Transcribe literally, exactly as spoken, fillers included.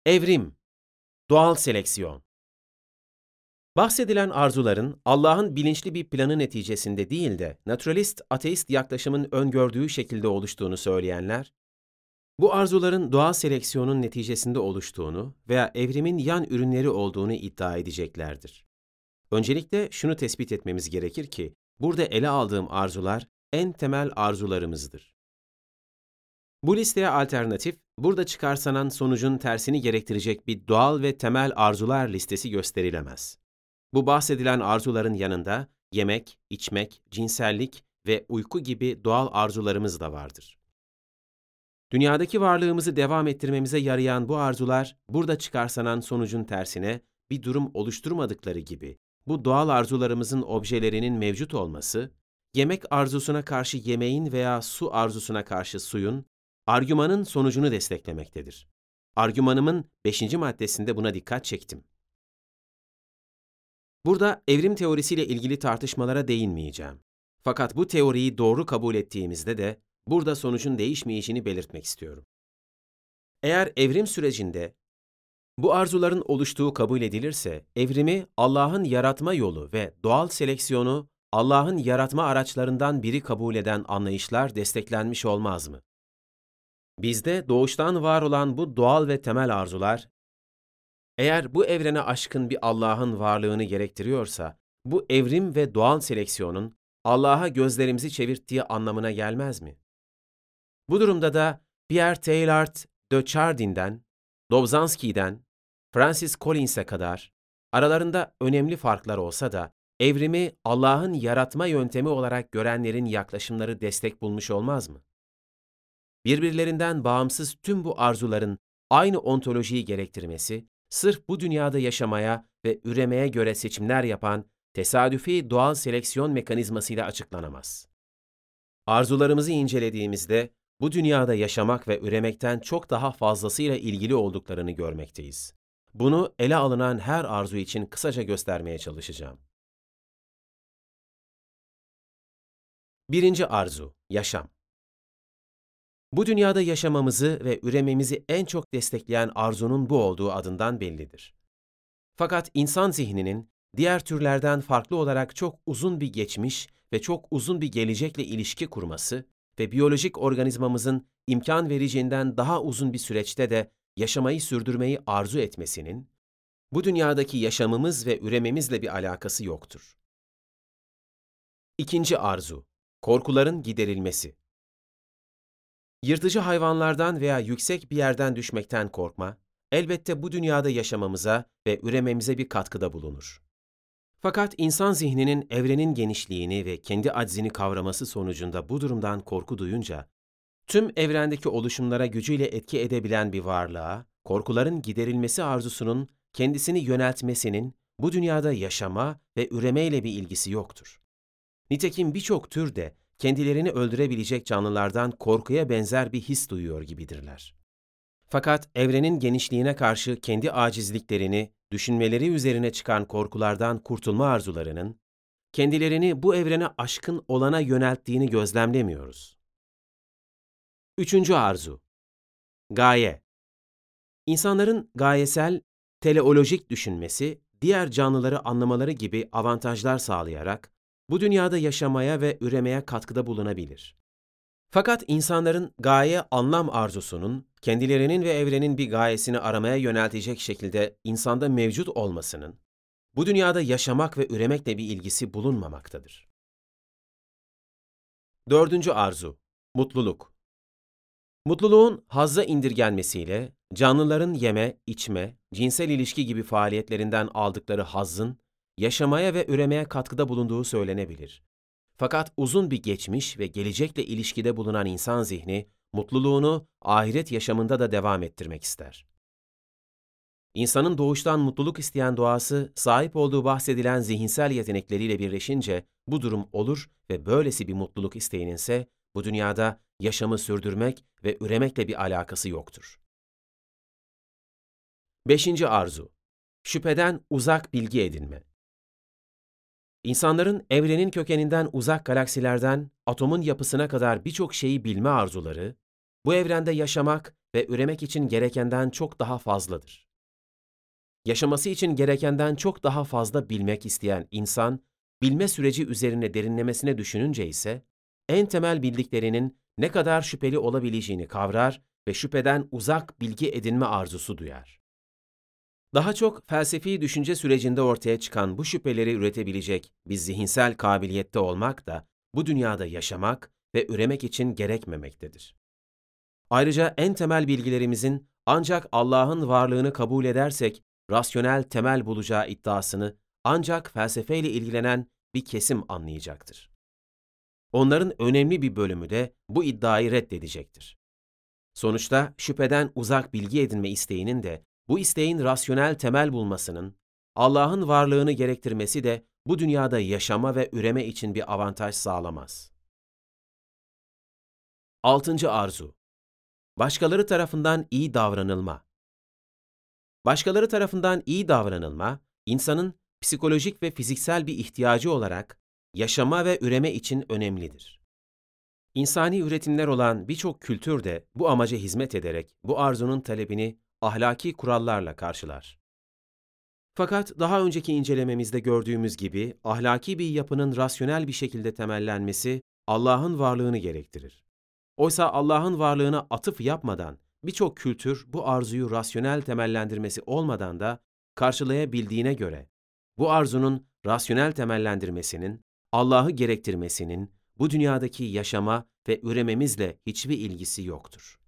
Evrim, doğal seleksiyon. Bahsedilen arzuların Allah'ın bilinçli bir planı neticesinde değil de naturalist, ateist yaklaşımın öngördüğü şekilde oluştuğunu söyleyenler, bu arzuların doğal seleksiyonun neticesinde oluştuğunu veya evrimin yan ürünleri olduğunu iddia edeceklerdir. Öncelikle şunu tespit etmemiz gerekir ki, burada ele aldığım arzular en temel arzularımızdır. Bu listeye alternatif, burada çıkarsanan sonucun tersini gerektirecek bir doğal ve temel arzular listesi gösterilemez. Bu bahsedilen arzuların yanında yemek, içmek, cinsellik ve uyku gibi doğal arzularımız da vardır. Dünyadaki varlığımızı devam ettirmemize yarayan bu arzular, burada çıkarsanan sonucun tersine bir durum oluşturmadıkları gibi, bu doğal arzularımızın objelerinin mevcut olması, yemek arzusuna karşı yemeğin veya su arzusuna karşı suyun, argümanın sonucunu desteklemektedir. Argümanımın beşinci maddesinde buna dikkat çektim. Burada evrim teorisiyle ilgili tartışmalara değinmeyeceğim. Fakat bu teoriyi doğru kabul ettiğimizde de burada sonucun değişmeyeceğini belirtmek istiyorum. Eğer evrim sürecinde bu arzuların oluştuğu kabul edilirse, evrimi Allah'ın yaratma yolu ve doğal seleksiyonu Allah'ın yaratma araçlarından biri kabul eden anlayışlar desteklenmiş olmaz mı? Bizde doğuştan var olan bu doğal ve temel arzular, eğer bu evrene aşkın bir Allah'ın varlığını gerektiriyorsa, bu evrim ve doğal seleksiyonun Allah'a gözlerimizi çevirttiği anlamına gelmez mi? Bu durumda da Pierre Teilhard de Chardin'den, Dobzhansky'den, Francis Collins'e kadar aralarında önemli farklar olsa da evrimi Allah'ın yaratma yöntemi olarak görenlerin yaklaşımları destek bulmuş olmaz mı? Birbirlerinden bağımsız tüm bu arzuların aynı ontolojiyi gerektirmesi, sırf bu dünyada yaşamaya ve üremeye göre seçimler yapan tesadüfi doğal seleksiyon mekanizmasıyla açıklanamaz. Arzularımızı incelediğimizde bu dünyada yaşamak ve üremekten çok daha fazlasıyla ilgili olduklarını görmekteyiz. Bunu ele alınan her arzu için kısaca göstermeye çalışacağım. Birinci arzu, yaşam. Bu dünyada yaşamamızı ve ürememizi en çok destekleyen arzunun bu olduğu adından bellidir. Fakat insan zihninin diğer türlerden farklı olarak çok uzun bir geçmiş ve çok uzun bir gelecekle ilişki kurması ve biyolojik organizmamızın imkan vereceğinden daha uzun bir süreçte de yaşamayı sürdürmeyi arzu etmesinin, bu dünyadaki yaşamımız ve ürememizle bir alakası yoktur. İkinci arzu, korkuların giderilmesi. Yırtıcı hayvanlardan veya yüksek bir yerden düşmekten korkma, elbette bu dünyada yaşamamıza ve ürememize bir katkıda bulunur. Fakat insan zihninin evrenin genişliğini ve kendi aczini kavraması sonucunda bu durumdan korku duyunca, tüm evrendeki oluşumlara gücüyle etki edebilen bir varlığa, korkuların giderilmesi arzusunun kendisini yöneltmesinin bu dünyada yaşama ve üremeyle bir ilgisi yoktur. Nitekim birçok tür de kendilerini öldürebilecek canlılardan korkuya benzer bir his duyuyor gibidirler. Fakat evrenin genişliğine karşı kendi acizliklerini, düşünmeleri üzerine çıkan korkulardan kurtulma arzularının, kendilerini bu evrene aşkın olana yönelttiğini gözlemlemiyoruz. Üçüncü arzu, gaye. İnsanların gayesel, teleolojik düşünmesi, diğer canlıları anlamaları gibi avantajlar sağlayarak, bu dünyada yaşamaya ve üremeye katkıda bulunabilir. Fakat insanların gaye anlam arzusunun, kendilerinin ve evrenin bir gayesini aramaya yöneltecek şekilde insanda mevcut olmasının, bu dünyada yaşamak ve üremekle bir ilgisi bulunmamaktadır. Dördüncü arzu, mutluluk. Mutluluğun hazza indirgenmesiyle, canlıların yeme, içme, cinsel ilişki gibi faaliyetlerinden aldıkları hazzın, yaşamaya ve üremeye katkıda bulunduğu söylenebilir. Fakat uzun bir geçmiş ve gelecekle ilişkide bulunan insan zihni, mutluluğunu ahiret yaşamında da devam ettirmek ister. İnsanın doğuştan mutluluk isteyen doğası, sahip olduğu bahsedilen zihinsel yetenekleriyle birleşince bu durum olur ve böylesi bir mutluluk isteğinin ise bu dünyada yaşamı sürdürmek ve üremekle bir alakası yoktur. Beşinci arzu, şüpheden uzak bilgi edinme. İnsanların evrenin kökeninden uzak galaksilerden atomun yapısına kadar birçok şeyi bilme arzuları, bu evrende yaşamak ve üremek için gerekenden çok daha fazladır. Yaşaması için gerekenden çok daha fazla bilmek isteyen insan, bilme süreci üzerine derinlemesine düşününce ise, en temel bildiklerinin ne kadar şüpheli olabileceğini kavrar ve şüpheden uzak bilgi edinme arzusu duyar. Daha çok felsefi düşünce sürecinde ortaya çıkan bu şüpheleri üretebilecek bir zihinsel kabiliyette olmak da bu dünyada yaşamak ve üremek için gerekmemektedir. Ayrıca en temel bilgilerimizin ancak Allah'ın varlığını kabul edersek rasyonel temel bulacağı iddiasını ancak felsefeyle ilgilenen bir kesim anlayacaktır. Onların önemli bir bölümü de bu iddiayı reddedecektir. Sonuçta şüpheden uzak bilgi edinme isteğinin de bu isteğin rasyonel temel bulmasının, Allah'ın varlığını gerektirmesi de bu dünyada yaşama ve üreme için bir avantaj sağlamaz. Altıncı arzu. Başkaları tarafından iyi davranılma. Başkaları tarafından iyi davranılma, insanın psikolojik ve fiziksel bir ihtiyacı olarak yaşama ve üreme için önemlidir. İnsani üretimler olan birçok kültür de bu amaca hizmet ederek bu arzunun talebini ahlaki kurallarla karşılar. Fakat daha önceki incelememizde gördüğümüz gibi ahlaki bir yapının rasyonel bir şekilde temellenmesi Allah'ın varlığını gerektirir. Oysa Allah'ın varlığına atıf yapmadan birçok kültür bu arzuyu rasyonel temellendirmesi olmadan da karşılayabildiğine göre bu arzunun rasyonel temellendirmesinin, Allah'ı gerektirmesinin bu dünyadaki yaşama ve ürememizle hiçbir ilgisi yoktur.